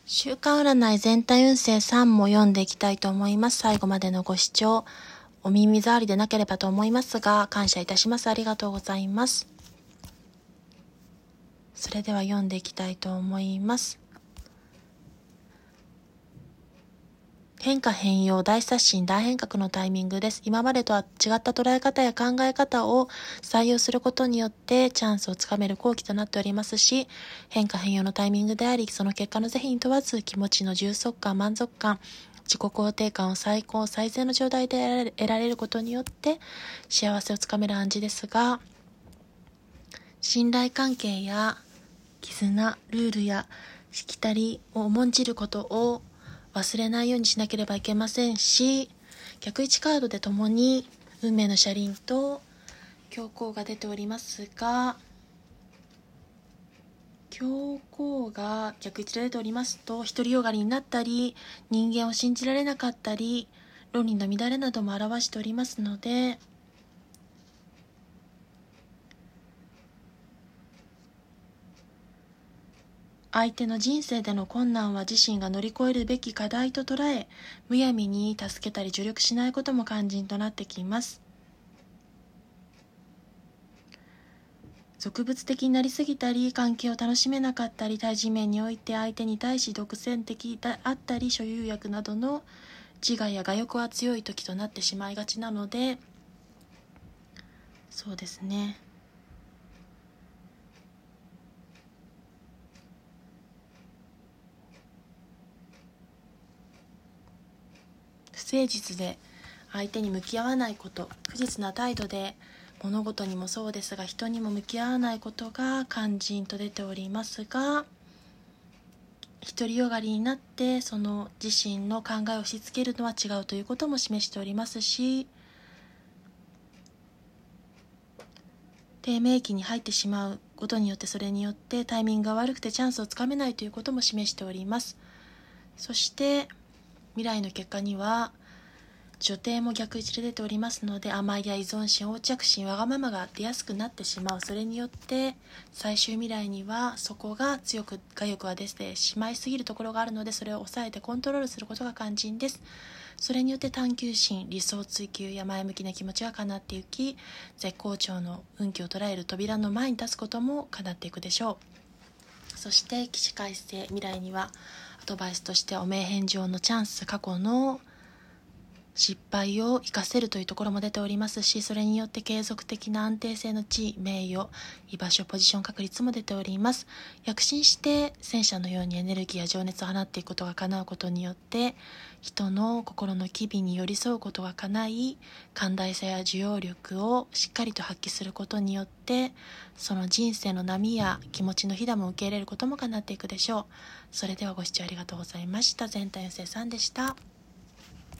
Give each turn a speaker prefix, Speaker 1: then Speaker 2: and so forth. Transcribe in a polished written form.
Speaker 1: 週間占い全体運勢3も読んでいきたいと思います。最後までのご視聴、お耳障りでなければと思いますが、感謝いたします。ありがとうございます。それでは読んでいきたいと思います。変化変容、大刷新、大変革のタイミングです。今までとは違った捉え方や考え方を採用することによってチャンスをつかめる好機となっておりますし、変化変容のタイミングであり、その結果の是非に問わず気持ちの充足感、満足感、自己肯定感を最高、最善の状態で得られることによって幸せをつかめる暗示ですが、信頼関係や絆、ルールやしきたりを重んじることを忘れないようにしなければいけませんし、逆位置カードでともに運命の車輪と教皇が出ておりますが、教皇が逆位置で出ておりますと、独りよがりになったり、人間を信じられなかったり、論理の乱れなども表しておりますので、相手の人生での困難は自身が乗り越えるべき課題と捉え、むやみに助けたり助力しないことも肝心となってきます。俗物的になりすぎたり、関係を楽しめなかったり、対人面において相手に対し独占的であったり、所有欲などの自我や我欲は強い時となってしまいがちなので、そうですね。不誠実で相手に向き合わないこと、不実な態度で物事にもそうですが人にも向き合わないことが肝心と出ておりますが、独りよがりになってその自身の考えを押し付けるのは違うということも示しておりますし、低迷期に入ってしまうことによって、それによってタイミングが悪くてチャンスをつかめないということも示しております。そして未来の結果には女帝も逆位置で出ておりますので、甘いや依存心、横着心、わがままが出やすくなってしまう。それによって最終未来にはそこが強く我欲が出てしまいすぎるところがあるので、それを抑えてコントロールすることが肝心です。それによって探求心、理想追求や前向きな気持ちが叶っていき、絶好調の運気を捉える扉の前に立つことも叶っていくでしょう。そして起死回生、未来にはアドバイスとして汚名返上のチャンス、過去の失敗を生かせるというところも出ておりますし、それによって継続的な安定性の地位、名誉、居場所、ポジション確率も出ております。躍進して戦車のようにエネルギーや情熱を放っていくことが叶うことによって、人の心の機微に寄り添うことが叶い、寛大さや受容力をしっかりと発揮することによって、その人生の波や気持ちのひだも受け入れることも叶っていくでしょう。それではご視聴ありがとうございました。全体運勢3でした。